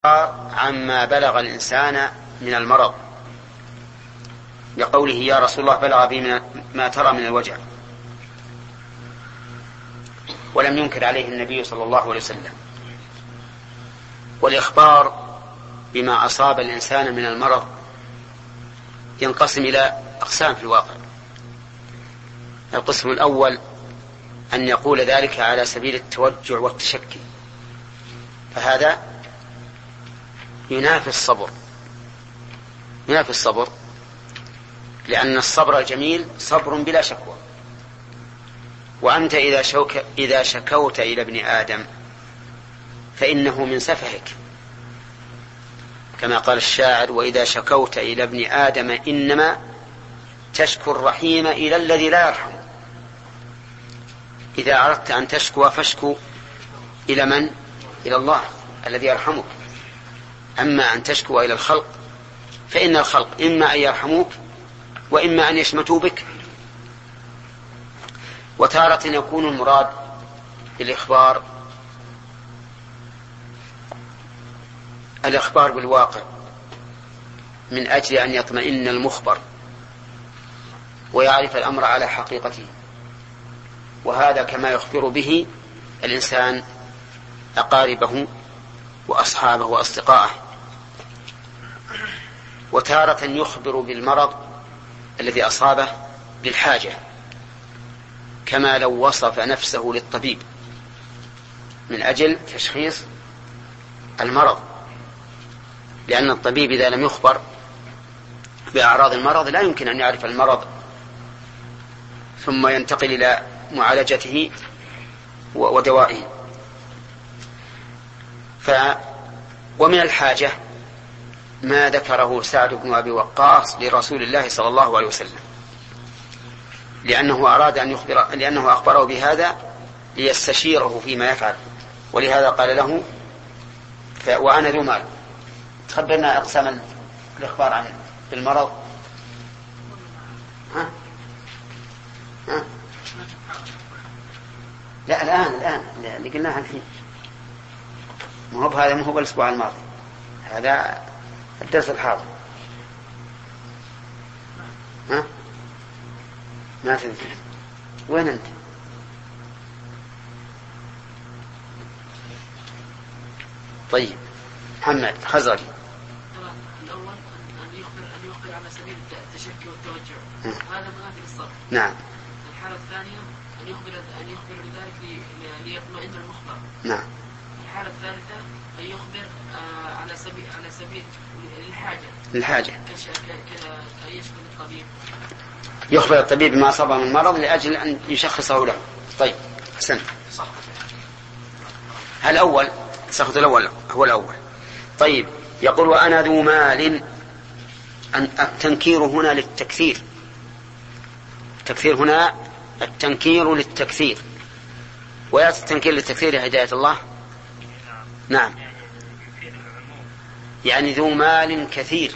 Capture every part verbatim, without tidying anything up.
الإخبار عما بلغ الإنسان من المرض، بقوله يا رسول الله بلغ بي ما ترى من الوجع، ولم ينكر عليه النبي صلى الله عليه وسلم. والإخبار بما أصاب الإنسان من المرض ينقسم إلى أقسام في الواقع. القسم الأول أن يقول ذلك على سبيل التوجع والتشكي، فهذا ينافي الصبر، ينافي الصبر، لأن الصبر الجميل صبر بلا شكوى. وأنت إذا, شوك إذا شكوت إلى ابن آدم فإنه من سفهك، كما قال الشاعر وإذا شكوت إلى ابن آدم إنما تشكو الرحيم إلى الذي لا يرحم. إذا أردت أن تشكو فاشكو إلى من؟ إلى الله الذي يرحمك. أما أن تشكو إلى الخلق فإن الخلق إما أن يرحموك وإما أن يشمتوا بك. وتارة يكون المراد بالإخبار الإخبار بالواقع من أجل أن يطمئن المخبر ويعرف الأمر على حقيقته، وهذا كما يخبر به الإنسان أقاربه وأصحابه وأصدقائه. وتارة يخبر بالمرض الذي أصابه للحاجة، كما لو وصف نفسه للطبيب من أجل تشخيص المرض، لأن الطبيب إذا لم يخبر بأعراض المرض لا يمكن أن يعرف المرض ثم ينتقل إلى معالجته ودوائه. ف ومن الحاجة ما ذكره سعد بن أبي وقاص لرسول الله صلى الله عليه وسلم، لأنه أراد أن يخبر، لأنه أخبره بهذا ليستشيره فيما يفعل، ولهذا قال له ف... وأنا ذو مال. تخبرنا أقسام الإخبار عن بالمرض. ها؟ ها؟ لا الآن الآن اللي قلناها الحين، ما هو بهذا، ما هو بالأسبوع الماضي، هذا الدرس الحاضر. ها؟ ما تدري وين أنت؟ طيب محمد خزري. الأول أن يخبر أن يخبر على سبيل التشكي والتوجع، هذا منافي للصبر. نعم. الحالة الثانية أن يخبر أن يخبر بذلك ليطمئن المخبر. نعم. الحالة الثالثة أن يخبر على سبيل على سبيل للحاجة. للحاجة. كأن يشكو الطبيب. يخبر الطبيب بما أصابه من مرض لأجل أن يشخصه له. طيب حسن. صح. الأول سخط الأول هو الأول. طيب يقول وأنا ذو مال، التنكير هنا للتكثير، التكثير هنا التنكير للتكثير، ويأتي التنكير للتكثير يا هداية الله. نعم، يعني ذو مال كثير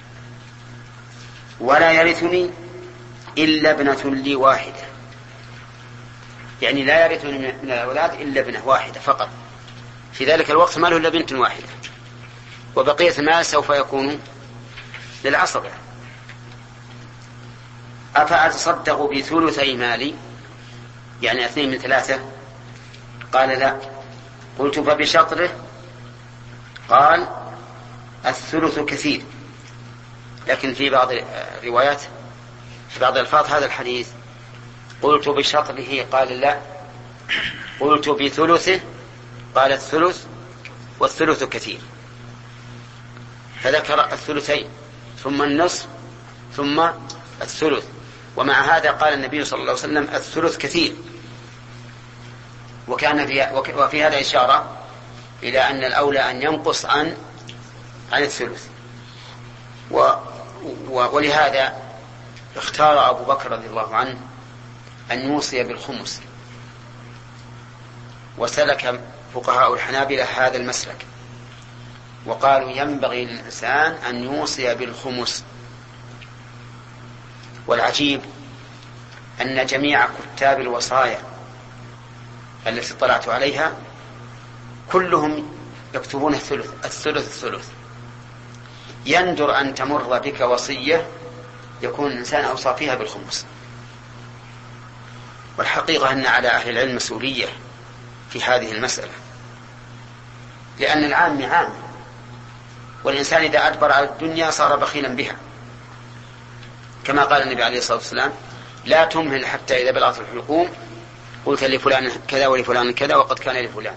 ولا يرثني إلا ابنة لي واحدة، يعني لا يرثني من الأولاد إلا ابنة واحدة فقط، في ذلك الوقت ما له إلا بنت واحدة، وبقية المال سوف يكون للعصبة. أفأتصدق بثلثي مالي، يعني اثنين من ثلاثة؟ قال لا. قلت فبشطره؟ قال الثلث كثير، لكن في بعض الروايات في بعض الألفاظ هذا الحديث قلت بشطره قال لا، قلت بثلثه قال الثلث، والثلث كثير، فذكر الثلثين ثم النصف ثم الثلث. ومع هذا قال النبي صلى الله عليه وسلم الثلث كثير، وكان في وفي هذا إشارة إلى أن الأولى أن ينقص عن عن الثلث. و ولهذا اختار أبو بكر رضي الله عنه أن يوصي بالخمس، وسلك فقهاء الحنابلة هذا المسلك وقالوا ينبغي للإنسان أن يوصي بالخمس. والعجيب أن جميع كتاب الوصايا التي اطلعت عليها كلهم يكتبون الثلث الثلث الثلث. يندر أن تمر بك وصية يكون الإنسان أوصى فيها بالخمس. والحقيقة أن على أهل العلم مسؤولية في هذه المسألة، لأن العام عام، والإنسان إذا أدبر على الدنيا صار بخيلا بها، كما قال النبي عليه الصلاة والسلام: لا تمهل حتى إذا بلغت الحلقوم قلت لفلان كذا ولفلان كذا وقد كان لفلان.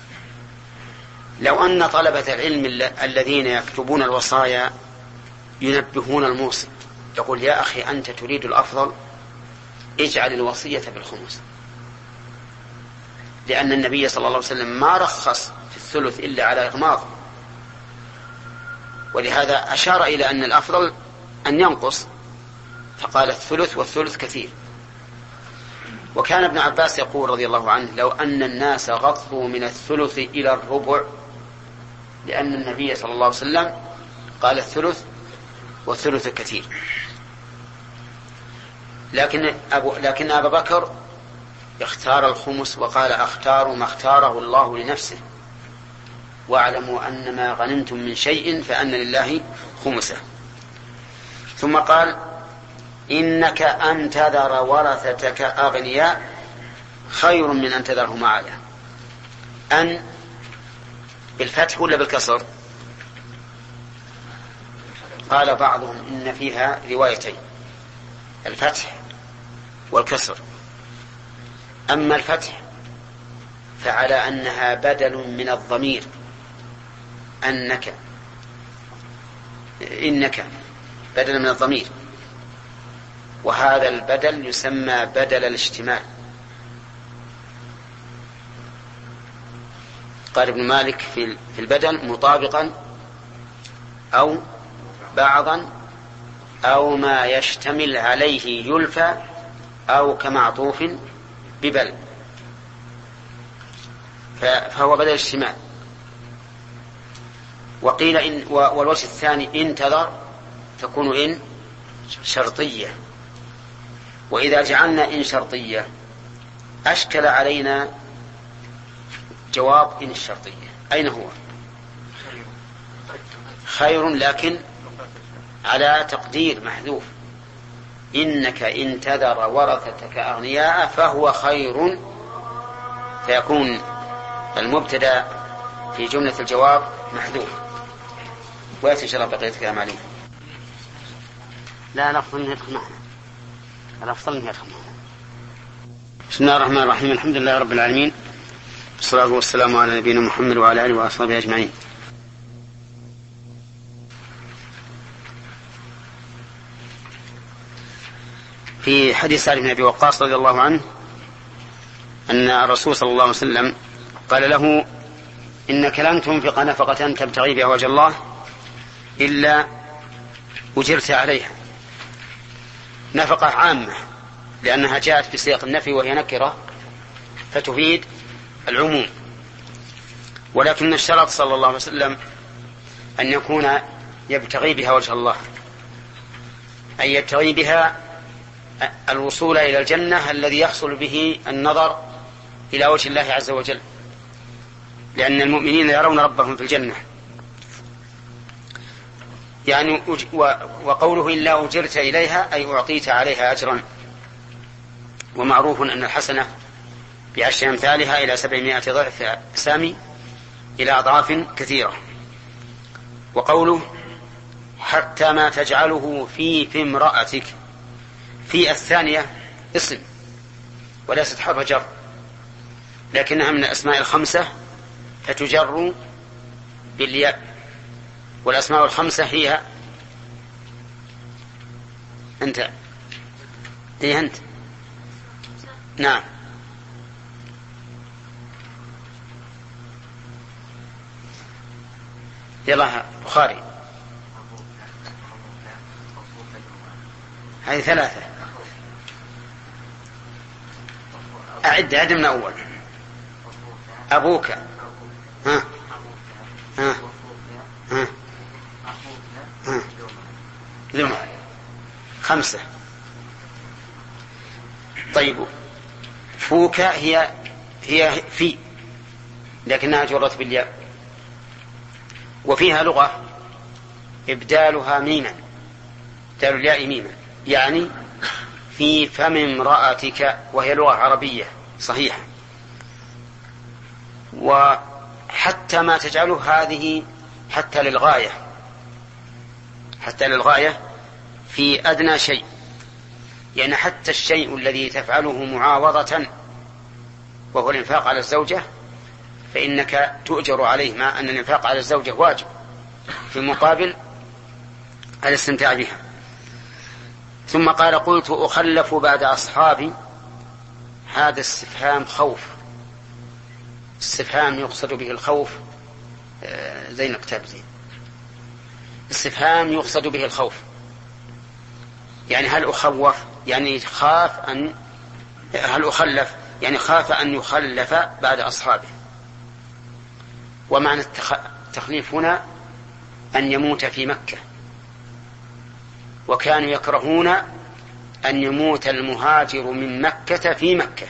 لو أن طلبة العلم الذين يكتبون الوصايا ينبهون الموصي، يقول: يا أخي أنت تريد الأفضل، اجعل الوصية بالخمس، لأن النبي صلى الله عليه وسلم ما رخص في الثلث إلا على إغماض، ولهذا أشار إلى أن الأفضل أن ينقص، فقال الثلث والثلث كثير. وكان ابن عباس يقول رضي الله عنه: لو أن الناس غضوا من الثلث إلى الربع، لأن النبي صلى الله عليه وسلم قال الثلث والثلث كثير. لكن أبو لكن أبا بكر اختار الخمس وقال: أختار ما اختاره الله لنفسه، واعلموا أن ما غنمتم من شيء فأن لله خمسه. ثم قال: إنك أن تذر ورثتك أغنياء خير من أن تذرهم عالة. أن بالفتح ولا بالكسر؟ قال بعضهم إن فيها روايتين، الفتح والكسر. أما الفتح فعلى أنها بدل من الضمير أنك، إنك بدل من الضمير، وهذا البدل يسمى بدل الاشتمال. قال ابن مالك في البدل: مطابقا أو بعضا أو ما يشتمل عليه يلفى أو كمعطوف ببل، فهو بدل الاشتمال. وقيل إن والوجه الثاني انتظر تكون إن شرطية، وإذا جعلنا إن شرطية أشكل علينا جواب إن الشرطية. أين هو؟ خير، لكن على تقدير محذوف: إنك إن تذر ورثتك أغنياء فهو خير، فيكون المبتدأ في جملة الجواب محذوف. ويأتي إن شاء الله بقية كلام عليه. لا، الأفضل أن يدخل معنا، الأفضل أن يدخل معنا. بسم الله الرحمن الرحيم. الحمد لله رب العالمين، والصلاة والسلام على نبينا محمد وعلى آله وأصحابه أجمعين. في حديث سعد بن أبي وقاص رضي الله عنه أن الرسول صلى الله عليه وسلم قال له: إنك لن تنفق نفقة تبتغي بها وجه الله إلا أجرت عليها. نفقة عامة لأنها جاءت في سياق النفي وهي نكرة فتفيد العموم، ولكن الشرط صلى الله عليه وسلم أن يكون يبتغي بها وجه الله، أي يبتغي بها الوصول إلى الجنة الذي يحصل به النظر إلى وجه الله عز وجل، لأن المؤمنين يرون ربهم في الجنة. يعني وقوله إلا أجرت إليها أي أعطيت عليها أجرا. ومعروف أن الحسنة بعشر أمثالها إلى سبعمائة ضعف سامي إلى أضعاف كثيرة. وقوله حتى ما تجعله في في امرأتك، في الثانية اسم وليست حرف جر، لكنها من الأسماء الخمسة فتجر بالياء، والأسماء الخمسة هي أنت هي أنت نعم يلا بخاري، هذه ثلاثة. أعد أعد من أول. أبوك، ها ها ها ها لما خمسة. طيب فوك هي هي في لكنها جرت بالياء، وفيها لغة إبدالها ميما، إبدال الياء ميما، يعني في فم امرأتك، وهي لغة عربية صحيحة. وحتى ما تجعله هذه حتى للغاية، حتى للغاية في أدنى شيء، يعني حتى الشيء الذي تفعله معاوضة وهو الإنفاق على الزوجة فإنك تؤجر عليه، مع أن الإنفاق على الزوجة واجب في مقابل الاستمتاع بها. ثم قال قلت أخلف بعد أصحابي. هذا استفهام خوف، استفهام يقصد به الخوف. زين الكتاب زين استفهام يقصد به الخوف، يعني هل أخوف يعني خاف أن هل أخلف يعني خاف أن يخلف بعد أصحابه. ومعنى التخليف هنا أن يموت في مكة، وكانوا يكرهون أن يموت المهاجر من مكة في مكة،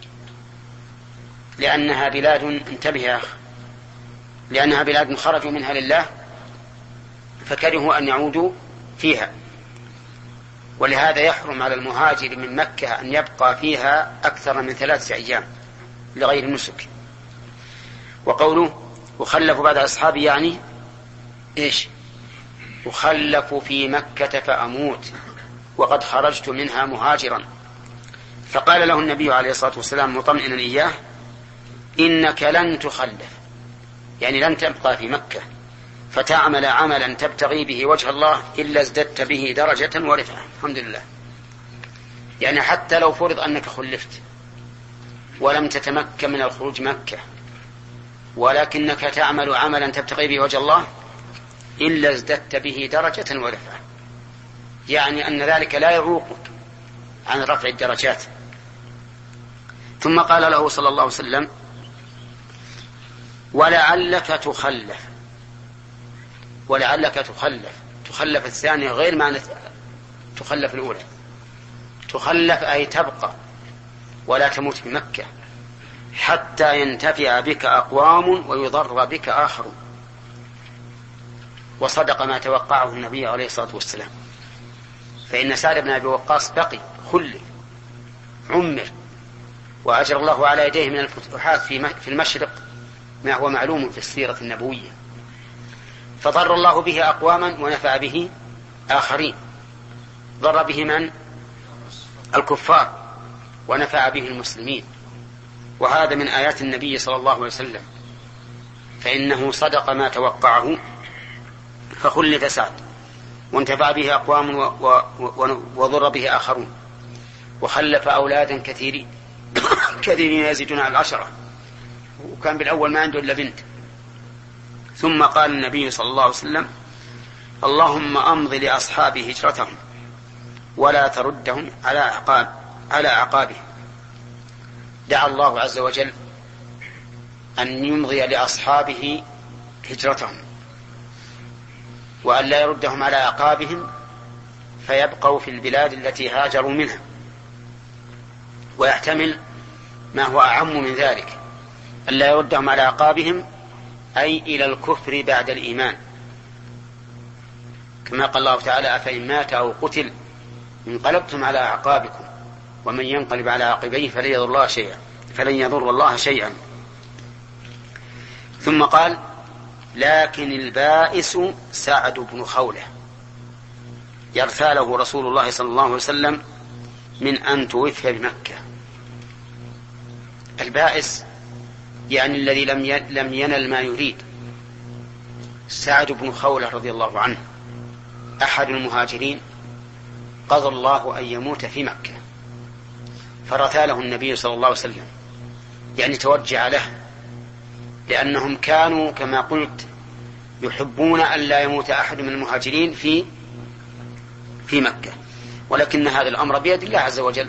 لأنها بلاد انتبه يا أخ لأنها بلاد خرجوا منها لله، فكرهوا أن يعودوا فيها، ولهذا يحرم على المهاجر من مكة أن يبقى فيها أكثر من ثلاثة أيام لغير النسك. وقوله وخلف بعد أصحابي يعني إيش؟ أخلف في مكة فأموت وقد خرجت منها مهاجرا. فقال له النبي عليه الصلاة والسلام مطمئنا إياه إنك لن تخلف، يعني لن تبقى في مكة فتعمل عملا تبتغي به وجه الله إلا ازددت به درجة ورفعة. الحمد لله. يعني حتى لو فرض أنك خلفت ولم تتمكن من الخروج مكة ولكنك تعمل عملا تبتغي به وجه الله إلا ازددت به درجة ورفعة، يعني أن ذلك لا يعوقك عن رفع الدرجات. ثم قال له صلى الله عليه وسلم ولعلك تخلف. ولعلك تخلف تخلف الثانية غير معنى تخلف الأولى. تخلف أي تبقى ولا تموت في مكة حتى ينتفع بك أقوام ويضر بك آخرون. وصدق ما توقعه النبي عليه الصلاة والسلام، فإن سعد بن أبي وقاص بقي خلف عمر وأجر الله على يديه من الفتوحات في المشرق ما هو معلوم في السيرة النبوية، فضر الله به أقواما ونفع به آخرين. ضر به من؟ الكفار، ونفع به المسلمين. وهذا من آيات النبي صلى الله عليه وسلم، فإنه صدق ما توقعه فخلف سعد وانتفع به أقوام وضر به آخرون، وخلف أولادا كثيرين كثيرين يزيدون على العشرة، وكان بالأول ما عنده إلا بنت. ثم قال النبي صلى الله عليه وسلم اللهم أمض لأصحابي هجرتهم ولا تردهم على أعقاب على أعقابهم. دعا الله عز وجل أن يمضي لأصحابه هجرتهم وأن لا يردهم على أعقابهم فيبقوا في البلاد التي هاجروا منها. ويحتمل ما هو أعم من ذلك، أن لا يردهم على أعقابهم أي إلى الكفر بعد الإيمان، كما قال الله تعالى أفإن مات أو قتل انقلبتم على أعقابكم ومن ينقلب على عقبيه فلن يضر الله شيئا فلن يضر الله شيئا. ثم قال لكن البائس سعد بن خولة يرثى له رسول الله صلى الله عليه وسلم من أن توفي بمكة. البائس يعني الذي لم لم ينل ما يريد. سعد بن خولة رضي الله عنه أحد المهاجرين قضى الله أن يموت في مكة فرثى له النبي صلى الله عليه وسلم، يعني توجع له، لأنهم كانوا كما قلت يحبون أن لا يموت أحد من المهاجرين في في مكة، ولكن هذا الأمر بيد الله عز وجل،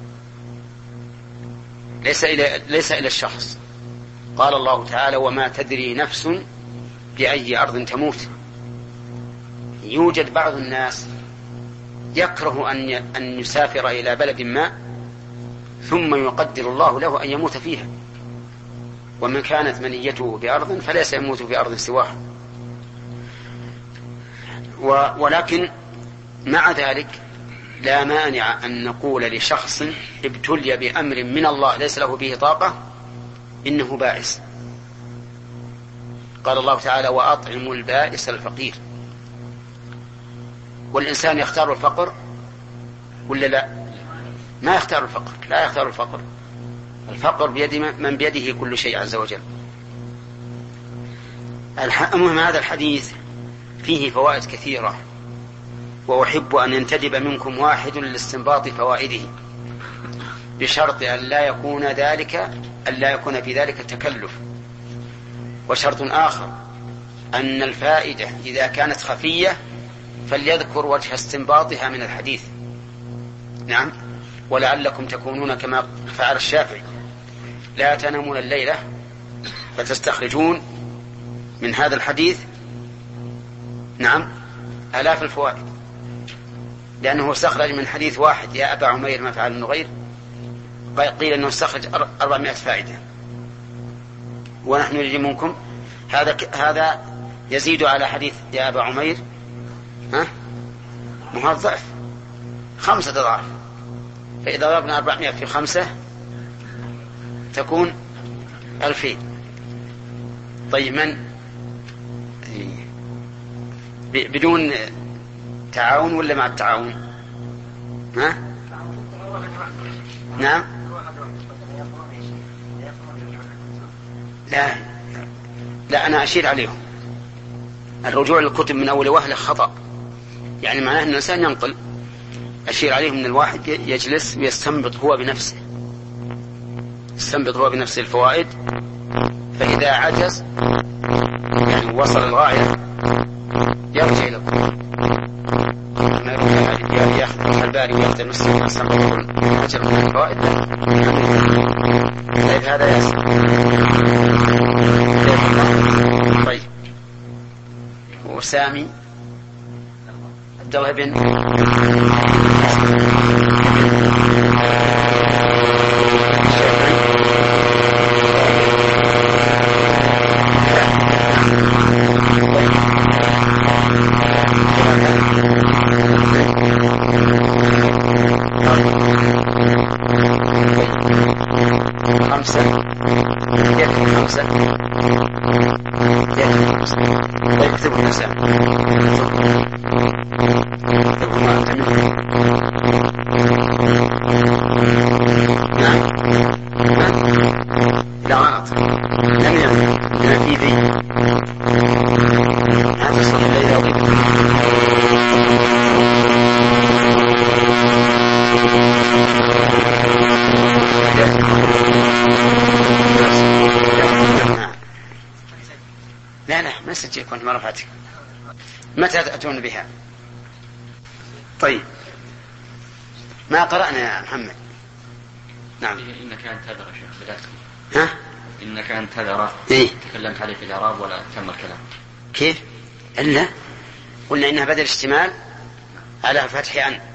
ليس إلى ليس إلى الشخص. قال الله تعالى وما تدري نفس بأي أرض تموت. يوجد بعض الناس يكره أن أن يسافر إلى بلد ما ثم يقدر الله له أن يموت فيها، ومن كانت منيته بأرض فليس يموت في أرض سواها. ولكن مع ذلك لا مانع أن نقول لشخص ابتلي بأمر من الله ليس له به طاقة إنه بائس. قال الله تعالى وأطعموا البائس الفقير. والإنسان يختار الفقر ولا لا؟ ما يختار الفقر، لا يختار الفقر. الفقر بيد من بيده كل شيء عز وجل. المهم هذا الحديث فيه فوائد كثيرة، وأحب أن ينتدب منكم واحد لاستنباط فوائده، بشرط أن لا يكون ذلك أن لا يكون في ذلك تكلف. وشرط آخر أن الفائدة إذا كانت خفية فليذكر وجه استنباطها من الحديث. نعم. ولعلكم تكونون كما فعل الشافعي لا تنامون الليلة فتستخرجون من هذا الحديث نعم آلاف الفوائد، لأنه استخرج من حديث واحد يا أبا عمير ما فعل النغير قيل أنه استخرج أربعمائة فائدة، ونحن نريد منكم هذا هذا يزيد على حديث يا أبا عمير ها مهار ضعف خمسة أضعاف. فإذا ضربنا أربعمائة في خمسة تكون ألفين. طيب من بدون تعاون ولا مع التعاون؟ ها؟ نعم. لا لا أنا أشير عليهم. الرجوع للكتب من أول وهلة خطأ، يعني معناه أن الإنسان ينقل. أشير عليهم من الواحد يجلس ويستنبط هو بنفسه، يستنبط هو بنفسه الفوائد، فإذا عجز يعني وصل الغاية يرجع إلى الكتب. ما يرجع يأخذ الباري ويأخذ المسلم يستنبط أجر من الفوائد. طيب هذا ياسر. طيب وسامي الدوهبن خمسة يكفي خمسة يكفي خمسة. طيب اكتبوا النساء اكتبوا ما أتمنى. نعم لا غلط لم يكن لنا في ذي هذا الصلاة الليلة وغيره. لا لا ما سجل كنت ما رفعتك. متى تأتون بها؟ طيب ما قرأنا يا محمد. نعم. إنك أن تذر شيخ بدايتكم. ها؟ إنك أن تذر. إيه؟ تكلمت عليه في الإعراب ولا تم الكلام؟ كيف؟ إلا قلنا إنها بدل اشتمال على فتح أن،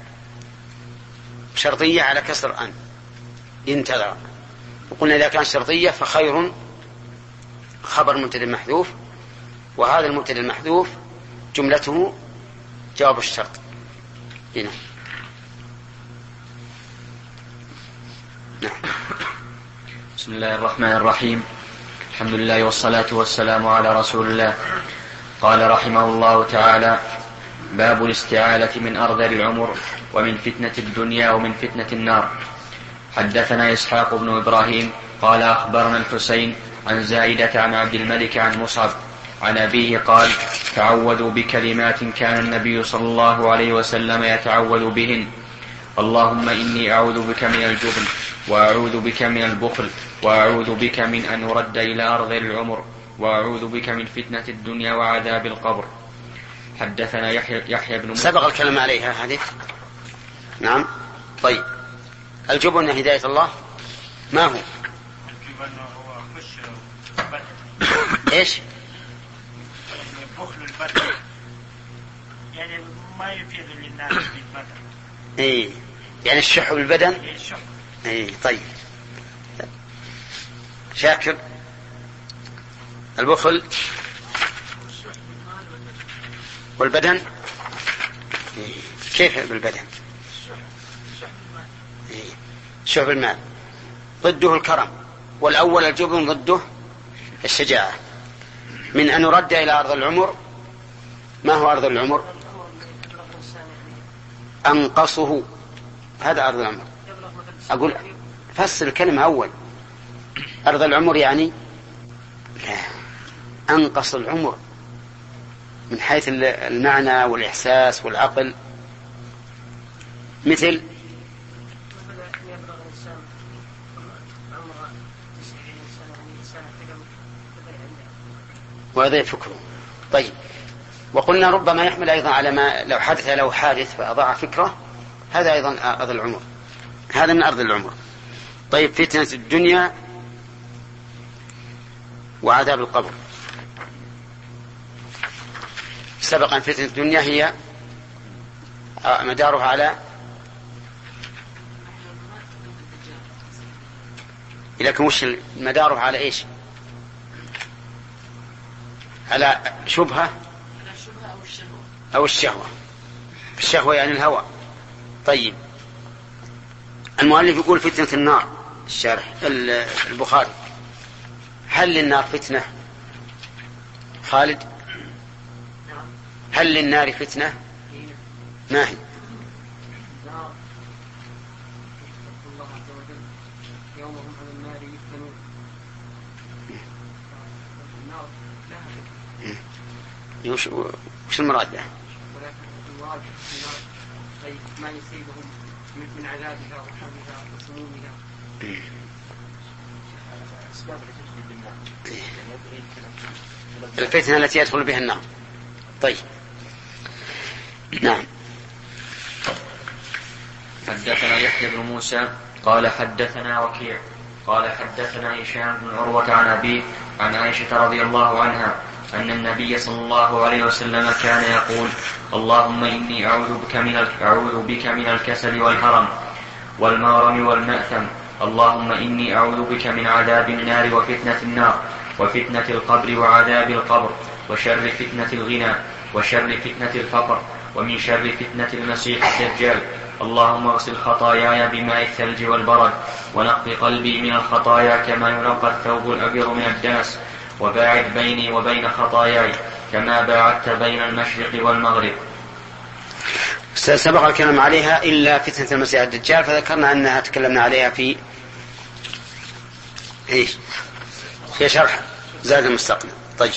شرطية على كسر أن، انتظر. وقلنا إذا كان شرطية فخير خبر مبتدأ محذوف، وهذا المبتدأ المحذوف جملته جواب الشرط. هنا نعم. بسم الله الرحمن الرحيم. الحمد لله والصلاة والسلام على رسول الله. قال رحمه الله تعالى: باب الاستعاذة من أرذل العمر ومن فتنة الدنيا ومن فتنة النار. حدثنا إسحاق بن إبراهيم قال أخبرنا الحسين عن زائدة عن عبد الملك عن مصعب عن أبيه قال: تعوذوا بكلمات كان النبي صلى الله عليه وسلم يتعوذ بهن: اللهم إني أعوذ بك من الجبن، وأعوذ بك من البخل، وأعوذ بك من أن أرد إلى أرذل العمر، وأعوذ بك من فتنة الدنيا وعذاب القبر. حدثنا يحيى, يحيى بن سبق الكلام عليها هذه. نعم. طيب الجبن هداية الله ما هو؟ الجبن هو خش البدن. ايش؟ بخل البدن يعني ما يفيد للناس في البدن. ايه يعني الشح بالبدن. إيه الشح. ايه طيب. شاكر البخل والبدن كيف بالبدن؟ شعب المال ضده الكرم، والأول الجبن ضده الشجاعة. من أن يرد إلى أرض العمر. ما هو أرض العمر؟ أنقصه، هذا أرض العمر. أقول فصل الكلمة أول. أرض العمر يعني لا، أنقص العمر من حيث المعنى والإحساس والعقل. مثل وهذا فكره. طيب، وقلنا ربما يحمل أيضا على ما لو حدث له حادث فأضاع فكره، هذا أيضا أرض العمر، هذا من أرض العمر. طيب، فتنة الدنيا وعذاب القبر. سبق أن فتنة الدنيا هي مدارها على لكن وش مدارها على إيش؟ على شبهة أو الشهوة. الشهوة يعني الهوى. طيب، المؤلف يقول فتنة النار. الشارح البخاري: هل للنار فتنة؟ خالد: هل للنار فتنة؟ ما هي؟ وش وش المراد به؟ المراد أي ما يصيبهم من عذابها وحرها وسمومها. الفتنة التي يدخل بها النار. طيب، نعم. حدثنا يحيى بن موسى قال حدثنا وكيع قال حدثنا هشام بن عروة عن أبيه عن عائشة رضي الله عنها أن النبي صلى الله عليه وسلم كان يقول: اللهم إني أعوذ بك من أعوذ بك من الكسل والهرم والمغرم والمأثم. اللهم إني أعوذ بك من عذاب النار وفتنة النار وفتنة القبر وعذاب القبر وشر فتنة الغنى وشر فتنة الفقر ومن شر فتنة المسيح الدجال. اللهم اغسل خطاياي بماء الثلج والبرد ونقض قلبي من الخطايا كما ينقى الثوب الأبيض من الدنس وباعد بيني وبين خطاياي كما باعدت بين المشرق والمغرب. سبق الكلام عليها إلا فتنة المسيح الدجال، فذكرنا أنها تكلمنا عليها في إيش؟ في شرح زاد المستقنع. طيب،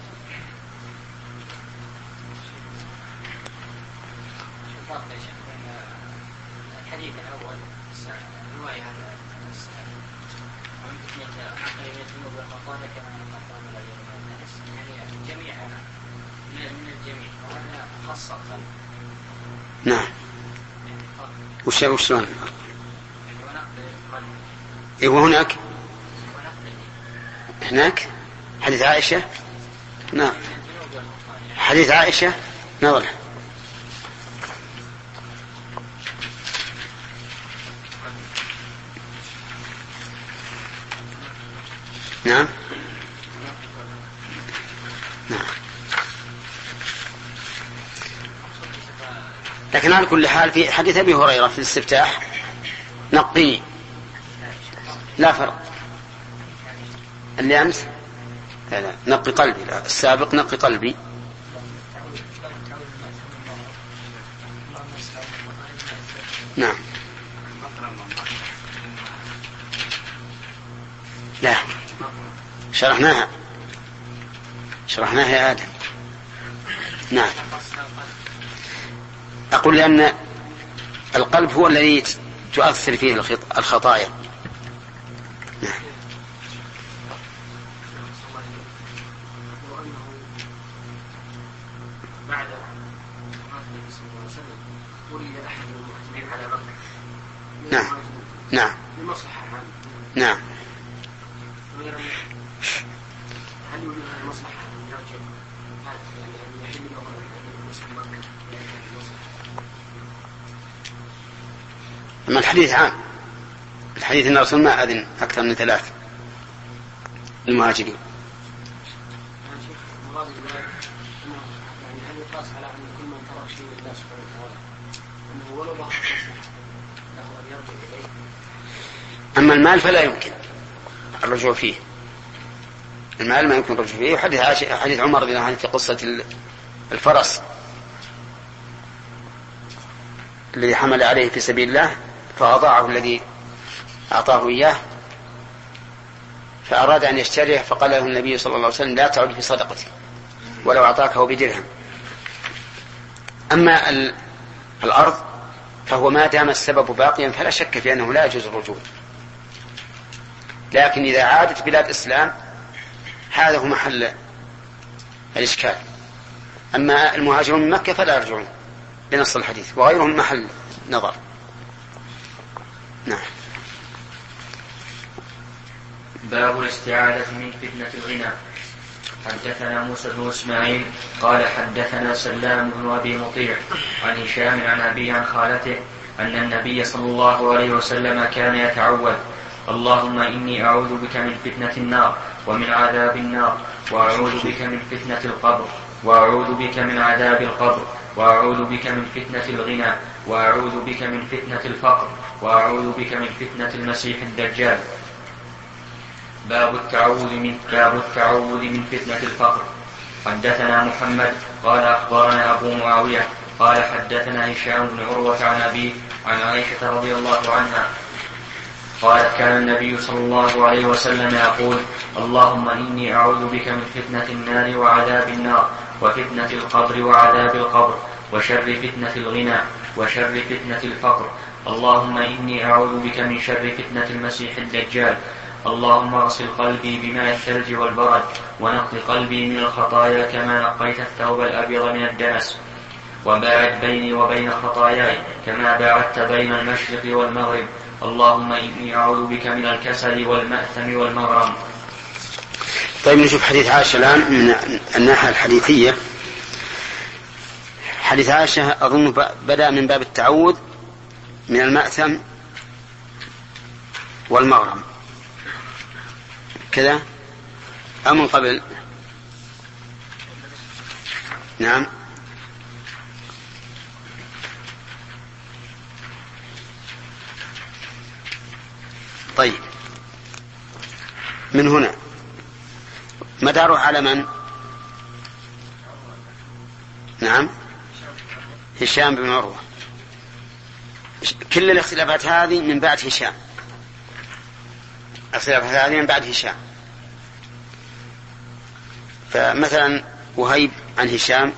الحديث الأول رواية عن الذنوب والخطايا كما قدم يعني جميعها من الجميع، وهذا خاصة القلب. نعم. وش وشلون؟ إيه، وهناك هناك حديث عائشة. نعم، حديث عائشة نظر. نعم نعم. لكن على كل حال في حديث أبي هريرة في الاستفتاح: نقي، لا فرق. اللي أمس لا لا نقي قلبي، لا السابق نقي قلبي. نعم. لا، شرحناها شرحناها يا آدم. نعم. أقول لأن القلب هو الذي تؤثر فيه الخطايا. نعم. بعد وفاة النبي صلى الله عليه وسلم ولد أحد المهاجرين على مكة. نعم نعم لمصلحة عامة. نعم. هل يوجد المصلحة أن يرجع يعني أن يحل له المسلم مكة؟ أما الحديث عام، الحديث أن الرسول ما أذن أكثر من ثلاث المهاجرين. يعني شيخ مراد ذلك أنه يعني هل يقاس على أن كل من ترك شيء لله سبحانه وتعالى أنه ولو ظهر مصلحة له أن يرجع إليه. أما المال فلا يمكن الرجوع فيه، المال ما يمكن الرجوع فيه. حديث حديث عمر رضي الله عنه في قصة الفرس الذي حمل عليه في سبيل الله فأضاعه الذي أعطاه إياه، فأراد أن يشتريه فقال له النبي صلى الله عليه وسلم لا تعد في صدقتي ولو أعطاكه بدرهم. أما الأرض فهو ما دام السبب باقيا فلا شك في أنه لا يجوز الرجوع، لكن إذا عادت بلاد إسلام هذا هو محل الإشكال. أما المهاجرون من مكة فلا يرجعون بنص الحديث، وغيرهم محل نظر. نعم. باب الاستعاذة من فتنة الغنى. حدثنا موسى بن إسماعيل قال حدثنا سلام بن أبي مطيع عن هشام عن أبي عن خالته أن النبي صلى الله عليه وسلم كان يتعوذ اللهم إني أعوذ بك من فتنة النار ومن عذاب النار، وأعوذ بك من فتنة القبر، وأعوذ بك من عذاب القبر، وأعوذ بك من فتنة الغنى، وأعوذ بك من فتنة الفقر، وأعوذ بك من فتنة المسيح الدجال. باب التعوذ من باب التعوذ من فتنة الفقر. حدثنا محمد قال أخبرنا أبو معاوية قال حدثنا هشام بن عروة عن أبيه عن عائشة رضي الله عنها قالت كان النبي صلى الله عليه وسلم يقول اللهم إني أعوذ بك من فتنة النار وعذاب النار، وفتنة القبر وعذاب القبر، وشر فتنة الغنى، وشر فتنة الفقر. اللهم إني أعوذ بك من شر فتنة المسيح الدجال. اللهم اغسل قلبي بماء الثلج والبرد، ونقض قلبي من الخطايا كما نقيت الثوب الأبيض من الدنس، وباعد بيني وبين خطاياي كما باعدت بين المشرق والمغرب. اللهم إني أعوذ بك من الكسل والمأثم والمغرم. طيب نشوف حديث عائشة الآن من الناحية الحديثية. حديث عائشة أظن بدأ من باب التعوذ من المأثم والمغرم كذا أو من قبل؟ نعم. طيب من هنا مداره على من؟ نعم هشام بن عروة. كل الاختلافات هذه من بعد هشام، الاختلافات هذه من بعد هشام. فمثلا وهيب عن هشام،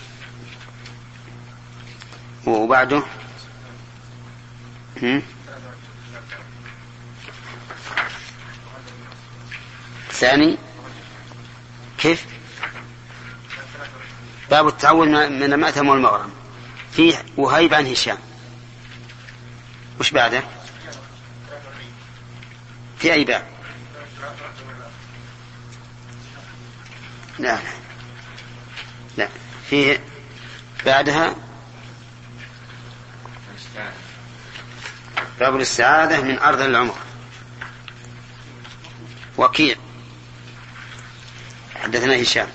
وبعده هم؟ ثاني كيف؟ باب التعوذ من المأثم والمغرم فيه وهيب عن هشام. وش بعده؟ في أي باب؟ لا لا لا فيه بعدها باب الاستعاذة من أرض العمر. وكيع حدثنا هشام.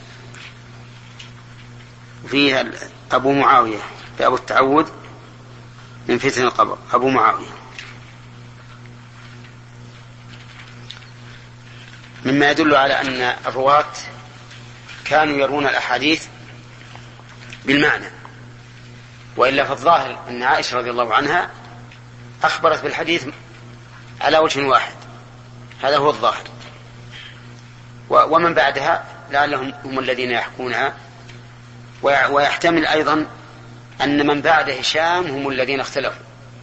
وفيه أبو معاوية باب التعوذ من فتنة القبر. أبو معاوية مما يدل على أن الرواة كانوا يرون الأحاديث بالمعنى، وإلا فالظاهر أن عائشة رضي الله عنها أخبرت بالحديث على وجه واحد، هذا هو الظاهر، ومن بعدها لعلهم هم الذين يحكونها. ويحتمل أيضا أن من بعد هشام هم الذين اختلفوا،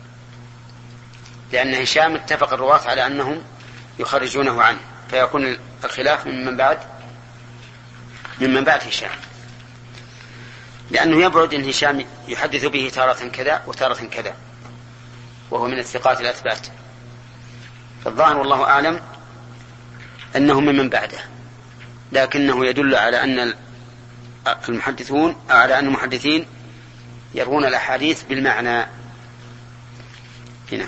لأن هشام اتفق الرواة على أنهم يخرجونه عنه، فيكون الخلاف من من بعد من من بعد هشام، لأنه يبعد أن هشام يحدث به تارة كذا وتارة كذا، وهو من الثقات الأثبات. فالظاهر والله أعلم أنه من من بعده، لكنه يدل على أن المحدثون على أن المحدثين يروون الأحاديث بالمعنى. هنا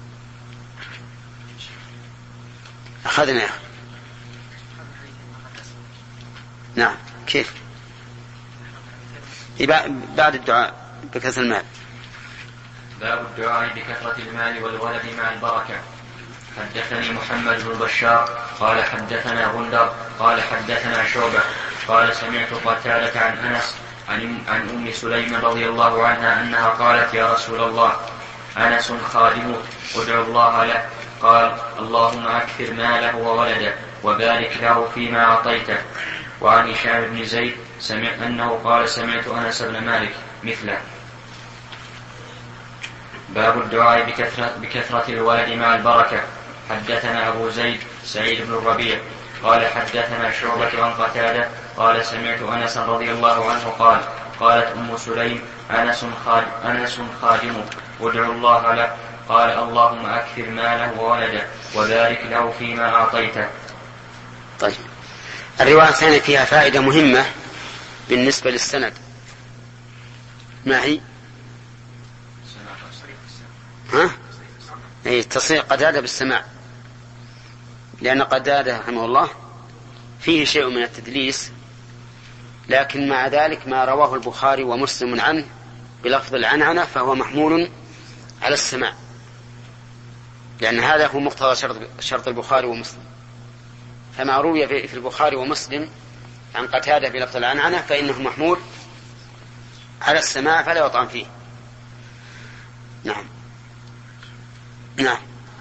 أخذنا يا أخي. نعم كيف؟ بعد الدعاء بكثرة المال. باب الدعاء بكثرة المال والولد مع البركة. حدثني محمد بن بشار قال حدثنا غندر قال حدثنا شعبة قال سمعت قتادة عن أنس عن, عن أم سليم رضي الله عنها أنها قالت يا رسول الله أنس خادمك ادعو الله له. قال اللهم أكثر ماله وولده وبارك له فيما أعطيته. وعن هشام بن زيد سمع أنه قال سمعت أنس بن مالك مثله. باب الدعاء بكثرة, بكثرة الولد مع البركة. حدثنا أبو زيد سعيد بن الربيع قال حدثنا شعبة عن قتادة قال سمعت أنس رضي الله عنه قال قالت أم سليم أنس خاد أنس خادمك وادعو الله له. قال اللهم أكثر ماله وولده وبارك له فيما أعطيته. طيب، الرواية الثانية فيها فائدة مهمة بالنسبة للسند. ما هي؟ ها؟ أي تصريح قتادة بالسماع، لأن قتادة رحمه الله فيه شيء من التدليس، لكن مع ذلك ما رواه البخاري ومسلم عنه بلفظ العنعنة فهو محمول على السماع، لأن هذا هو مقتضى شرط, شرط البخاري ومسلم. فما روي في البخاري ومسلم عن قتادة بلفظ العنعنة فإنه محمول على السماع فلا يطعن فيه. نعم نعم.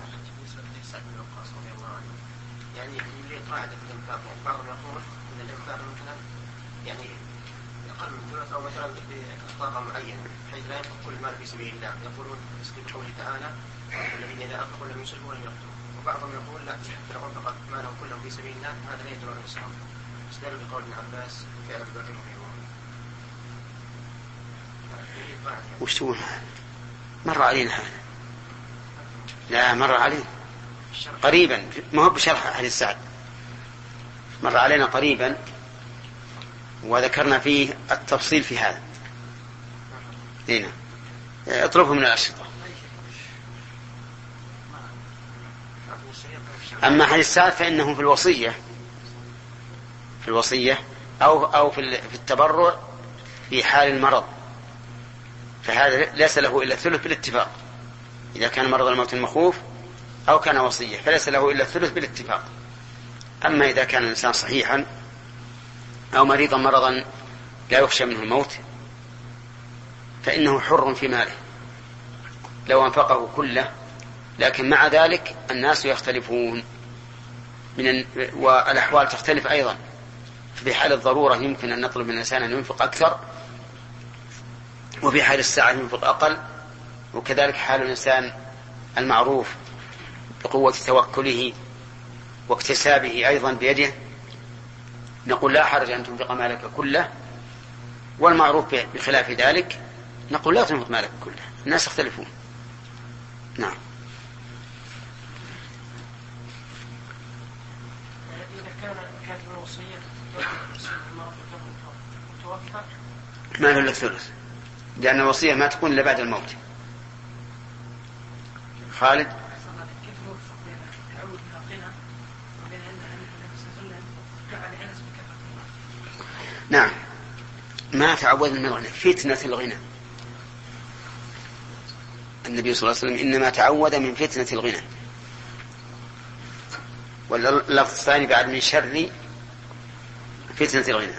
يعني اللي قاعدة في الإنفاق بعضهم يقول أن الإنفاق مثلا يعني أقل من ثلث أو مثلا بطاقة معينة حيث لا ينفق كل مال في سبيل الله، يقولون مثل قوله تعالى الذين إذا أنفقوا لم يسرفوا ولم يقتروا. وبعضهم يقول لا، لو أنفق ماله كله في سبيل الله هذا لا يدل على الإسراف، استدلوا بقول ابن عباس في أبي بكر رضي الله عنه. وش تقول هذا؟ مر علينا هذا؟ لا، مر علينا قريبا، ما هو بشرح حديث سعد، مر علينا قريبا وذكرنا فيه التفصيل في هذا. هنا اطلبه من الأشرطة. أما حديث سعد فإنه في الوصية في الوصية أو أو في التبرع في حال المرض، فهذا ليس له إلا الثلث بالاتفاق. إذا كان مرض الموت المخوف أو كان وصية فليس له إلا الثلث بالاتفاق. أما إذا كان الإنسان صحيحا أو مريضا مرضا لا يخشى منه الموت فإنه حر في ماله لو أنفقه كله. لكن مع ذلك الناس يختلفون من والأحوال تختلف أيضا. في حال الضرورة يمكن أن نطلب من الإنسان أن ينفق أكثر، وفي حال الساعة ينفق أقل، وكذلك حال الإنسان المعروف بقوة توكله واكتسابه أيضا بيده نقول لا حرج أن تنفق مالك كله، والمعروف بخلاف ذلك نقول لا تنفق مالك كله. الناس يختلفون. نعم. إذا كان كانت الوصية متوفى ما له إلا الثلث، لأن الوصية ما تكون إلا بعد الموت. خالد. كيف يوفق بين تعود الغنى وبين أن نعم، ما تعود من الغنى، فتنة الغنى. النبي صلى الله عليه وسلم إنما تعود من فتنة الغنى، واللفظ الثاني بعد من شر فتنة الغنى.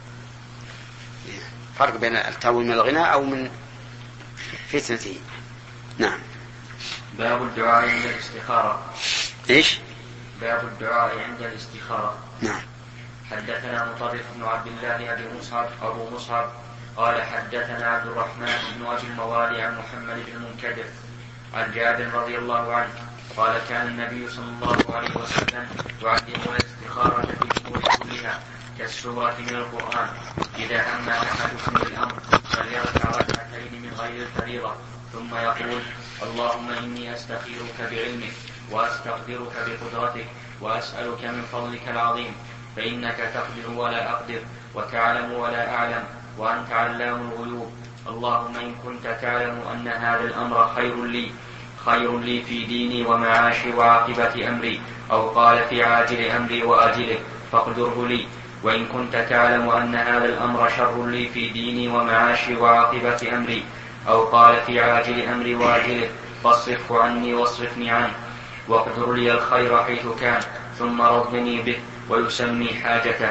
فرق بين التعوذ من الغنى أو من فتنته. نعم. باب الدعاء عند الاستخارة. إيش؟ باب الدعاء عند الاستخارة. نعم. حدثنا مطرف بن عبد الله أبي مصعب أبو مصعب قال حدثنا عبد الرحمن بن أبي الموالي عن محمد بن المنكدر عن جابر رضي الله عنه قال كان النبي صلى الله عليه وسلم يعلمنا الاستخارة في الأمور كلها كالسورة من القرآن. إذا هم أحدكم بالأمر فليركع ركعتين من غير الفريضة ثم يقول اللهم إني أستخيرك بعلمك وأستقدرك بقدرتك وأسألك من فضلك العظيم فإنك تقدر ولا أقدر وتعلم ولا أعلم وأنت علام الغيوب. اللهم إن كنت تعلم أن هذا الأمر خير لي خير لي في ديني ومعاشي وعاقبة أمري، أو قال في عاجل أمري وآجله، فاقدره لي. وإن كنت تعلم أن هذا الأمر شر لي في ديني ومعاشي وعاقبة أمري، أو قال في عاجل أمري واجله، فاصرفه عني واصرفني عنه، واقدر لي الخير حيث كان، ثم رضني به، ويسمي حاجته.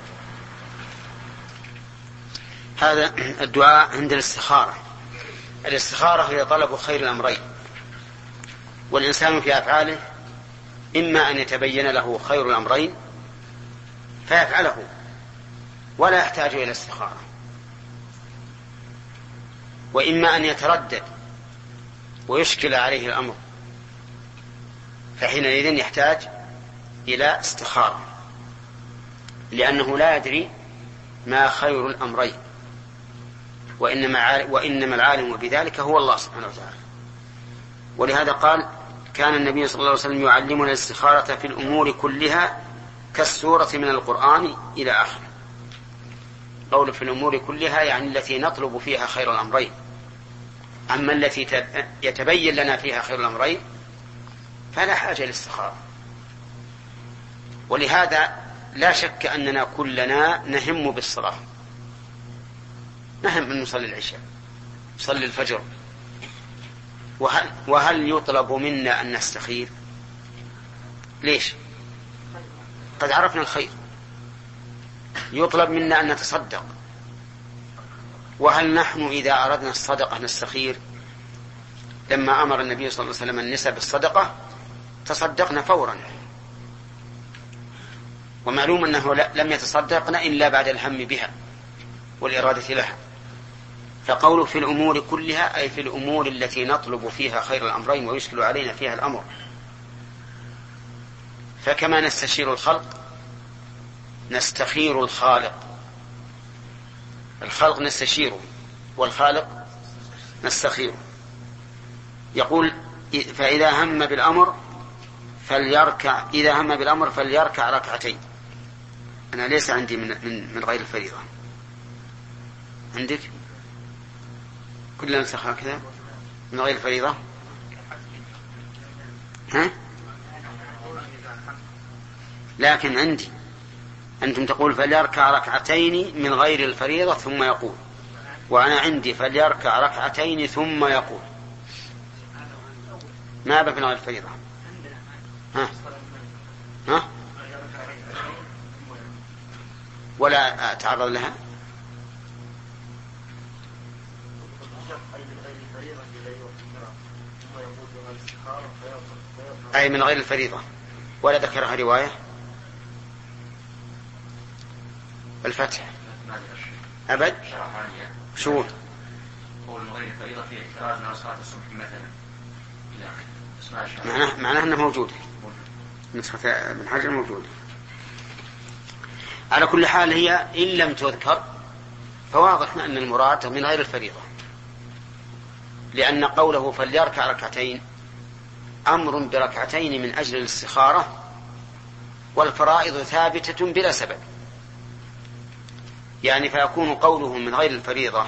هذا الدعاء عند الاستخارة. الاستخارة هي طلب خير الأمرين، والإنسان في أفعاله إما أن يتبين له خير الأمرين فيفعله ولا يحتاج إلى استخارة، وإما أن يتردد ويشكل عليه الأمر فحينئذ يحتاج إلى استخارة، لأنه لا يدري ما خير الأمرين، وإنما وإنما العالم بذلك هو الله سبحانه وتعالى. ولهذا قال: كان النبي صلى الله عليه وسلم يعلمنا الاستخارة في الأمور كلها كالسورة من القرآن إلى آخره. قول في الأمور كلها يعني التي نطلب فيها خير الأمرين، أما التي يتبين لنا فيها خير الأمرين فلا حاجة للاستخارة. ولهذا لا شك أننا كلنا نهم بالصلاة، نهم أن نصلي العشاء، نصلي الفجر، وهل, وهل يطلب منا أن نستخير؟ ليش؟ قد عرفنا الخير. يطلب منا أن نتصدق، وهل نحن إذا أردنا الصدقة نستخير؟ لما أمر النبي صلى الله عليه وسلم النساء بالصدقة تصدقنا فورا، ومعلوم أنه لم يتصدقن إلا بعد الهم بها والإرادة لها. فقوله في الأمور كلها أي في الأمور التي نطلب فيها خير الأمرين ويشكل علينا فيها الأمر. فكما نستشير الخلق نستخير الخالق. الخلق نستشيره والخالق نستخيره. يقول: فإذا هم بالأمر فليركع إذا هم بالأمر فليركع ركعتين. أنا ليس عندي من, من, من غير الفريضة. عندك؟ كلنا نسخها كذا من غير الفريضة. ها؟ لكن عندي أنتم تقول فليركع ركعتين من غير الفريضة ثم يقول، وأنا عندي فليركع ركعتين ثم يقول. ما بقى من غير الفريضة. ها؟ ها؟ ولا أتعرض لها. أي من غير الفريضة، ولا ذكرها رواية. الفتح أبد شو قول من غير الفريضة في اعتراض على صلاة الصبح مثلا. معناه معناه أنه موجود، نسخة ابن حجر موجودة. على كل حال هي إن لم تذكر فواضح أن المراد من غير الفريضة، لأن قوله فليركع ركعتين أمر بركعتين من أجل الاستخارة، والفرائض ثابتة بلا سبب، يعني فيكون قوله من غير الفريضة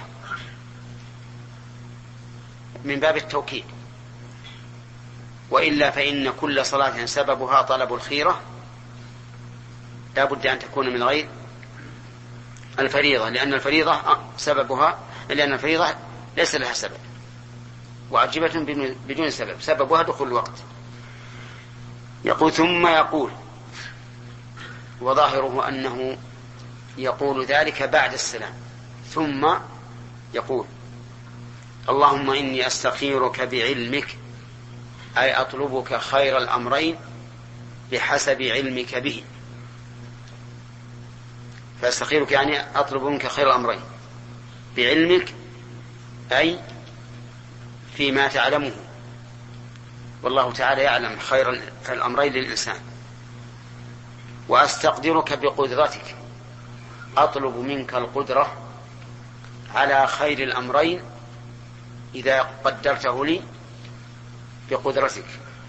من باب التوكيد. وإلا فإن كل صلاة سببها طلب الخيرة لا بد أن تكون من غير الفريضة، لأن الفريضة سببها لأن الفريضة ليس لها سبب، واجبة بدون سبب، سببها دخول الوقت. يقول ثم يقول، وظاهره أنه يقول ذلك بعد السلام. ثم يقول: اللهم إني أستخيرك بعلمك، أي أطلبك خير الأمرين بحسب علمك به. فأستخيرك يعني أطلب منك خير الأمرين بعلمك، أي فيما تعلمه، والله تعالى يعلم خير الأمرين للإنسان. وأستقدرك بقدرتك، أطلب منك القدرة على خير الأمرين إذا قدرته لي بقدرتك.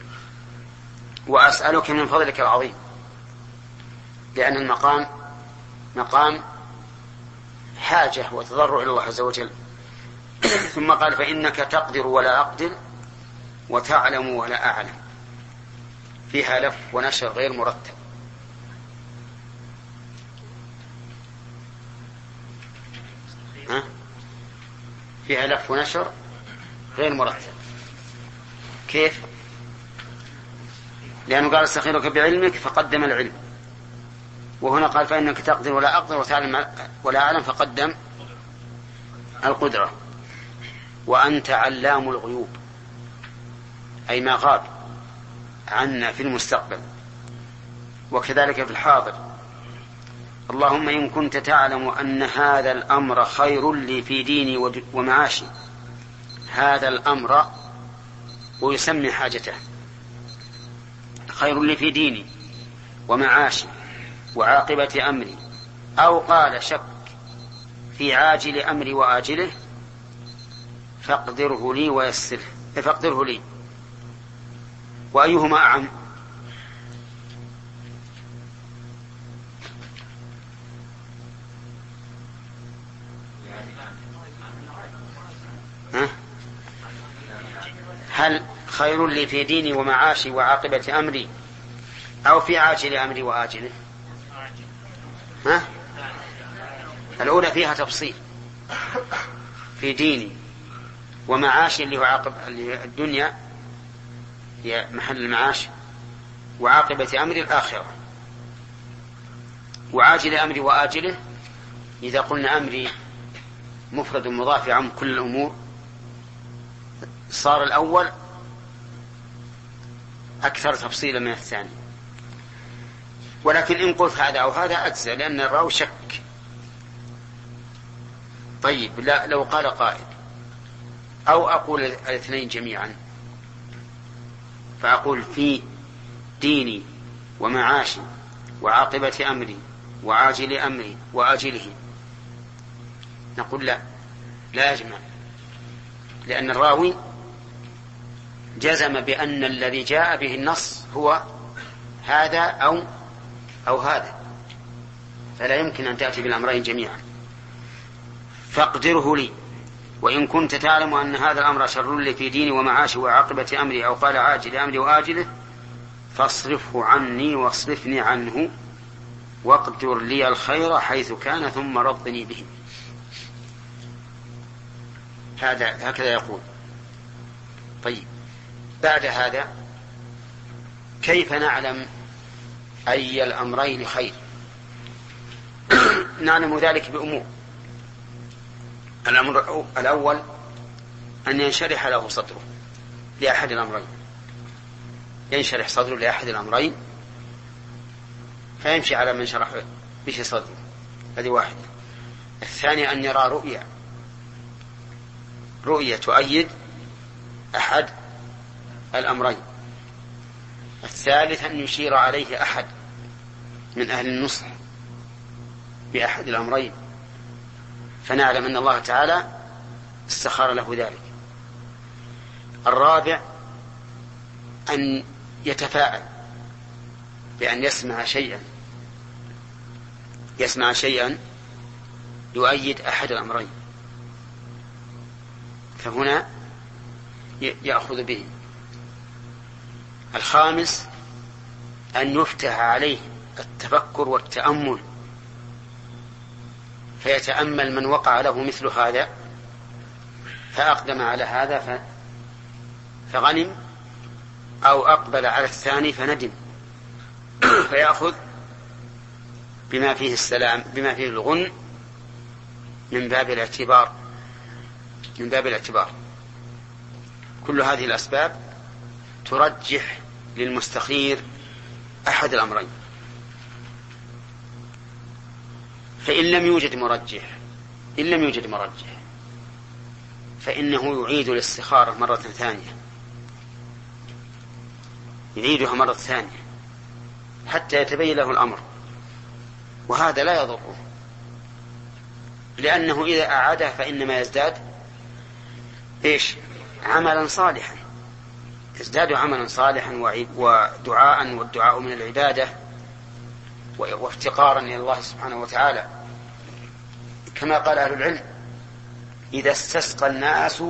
وأسألك من فضلك العظيم، لأن المقام مقام حاجة وتضرع إلى الله عز وجل. ثم قال: فإنك تقدر ولا أقدر، وتعلم ولا أعلم. فيها لف ونشر غير مرتب. فيها لف ونشر غير مرتب. كيف؟ لأنه قال استخيرك بعلمك فقدم العلم، وهنا قال فإنك تقدر ولا أقدر وتعلم ولا أعلم فقدم القدرة. وأنت علام الغيوب، أي ما غاب عنا في المستقبل وكذلك في الحاضر. اللهم إن كنت تعلم أن هذا الأمر خير لي في ديني ومعاشي، هذا الأمر ويسمي حاجته، خير لي في ديني ومعاشي وعاقبة أمري، أو قال شك في عاجل أمري وآجله، فاقدره لي ويسره، فاقدره لي. وأيهما أعم؟ ها؟ هل خير لي في ديني ومعاشي وعاقبة أمري أو في عاجل أمري وآجله؟ ها؟ الأولى فيها تفصيل، في ديني ومعاشي اللي هو عاقب الدنيا هي محل المعاش، وعاقبة أمري الآخرة. وعاجل أمري وآجله إذا قلنا أمري مفرد مضاف عن كل الأمور صار الأول أكثر تفصيلا من الثاني، ولكن إن قلت هذا أو هذا أجزى لأن الراوي شك. طيب لا لو قال قائل أو أقول الاثنين جميعا، فأقول في ديني ومعاشي وعاقبة أمري وعاجل أمري وآجله، نقول لا لا يجمع، لأن الراوي جزم بأن الذي جاء به النص هو هذا أو أو هذا، فلا يمكن أن تأتي بالأمرين جميعا. فاقدره لي، وإن كنت تعلم أن هذا الأمر شر لي في ديني ومعاشي وعاقبة أمري، أو قال عاجل أمري وآجله، فاصرفه عني واصرفني عنه، واقدر لي الخير حيث كان ثم رضني به. هذا هكذا يقول. طيب بعد هذا كيف نعلم أي الأمرين خير؟ نعلم ذلك بأمور. الأمر الأول أن ينشرح له صدره لأحد الأمرين، ينشرح صدره لأحد الأمرين فيمشي على من شرح به صدره، هذه واحدة. الثاني أن يرى رؤية رؤية تؤيد أحد الأمرين. الثالث أن يشير عليه أحد من أهل النصح بأحد الأمرين فنعلم أن الله تعالى استخار له ذلك. الرابع أن يتفاءل بأن يسمع شيئا يسمع شيئا يؤيد أحد الأمرين، فهنا يأخذ به. الخامس أن يفتح عليه التفكر والتأمل فيتأمل من وقع له مثل هذا فأقدم على هذا فغنم، أو أقبل على الثاني فندم، فيأخذ بما فيه السلام بما فيه الغن من باب الاعتبار من باب الاعتبار. كل هذه الأسباب ترجح للمستخير أحد الأمرين. فإن لم يوجد مرجح إن لم يوجد مرجح فإنه يعيد الاستخارة مرة ثانية يعيدها مرة ثانية حتى يتبين له الأمر، وهذا لا يضره، لأنه إذا أعاده فإنما يزداد إيش؟ عملا صالحا، يزداد عملا صالحا ودعاء، والدعاء من العبادة وافتقارا إلى الله سبحانه وتعالى، كما قال أهل العلم: إذا استسقى الناس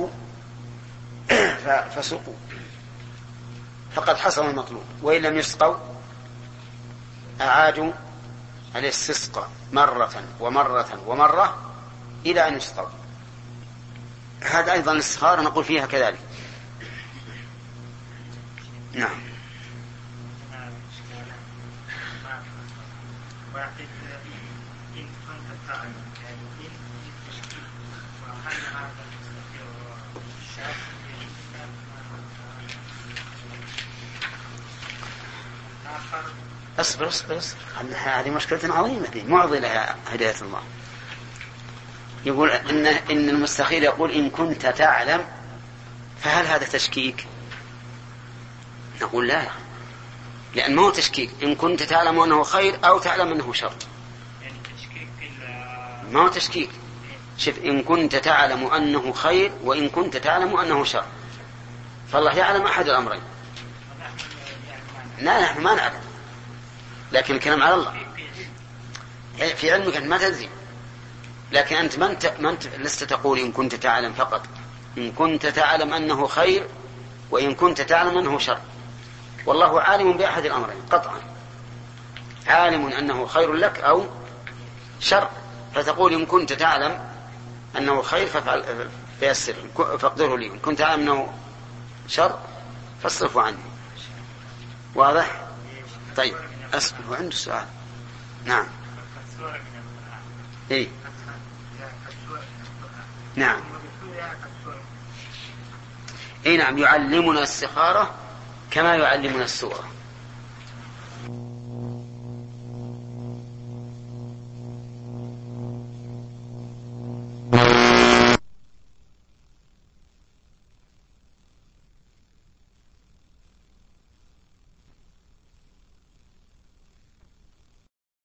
فسقوا فقد حصل المطلوب، وإن لم يسقوا أعادوا الاستسقاء مرة ومرة ومرة إلى أن يسقوا. هذا أيضا الاستخارة نقول فيها كذلك. نعم. اصبر اصبر اصبر، هذه مشكلة عظيمة دي معضلة يا هداية الله. يقول إن إن المستخير يقول إن كنت تعلم، فهل هذا تشكيك؟ نقول لا، لأن ما هو تشكيك. إن كنت تعلم أنه خير أو تعلم أنه شر، ما هو تشكيك. شوف، إن كنت تعلم أنه خير وإن كنت تعلم أنه شر، فالله يعلم أحد الأمرين. لا نحن ما نعلم، لكن الكلام على الله. في علمك أنت ما تدري، لكن أنت من ت... من ت... لست تقول إن كنت تعلم فقط، إن كنت تعلم أنه خير وإن كنت تعلم أنه شر. والله عالم بأحد الأمرين قطعا، عالم أنه خير لك أو شر، فتقول إن كنت تعلم أنه خير فافعل فيسر فاقدره لي، إن كنت تعلم أنه شر فاصرفه عني. واضح؟ طيب أصبر، وعنده سؤال. نعم. إيه؟ نعم. إيه نعم، يعلمنا السخارة كما يعلمنا السورة.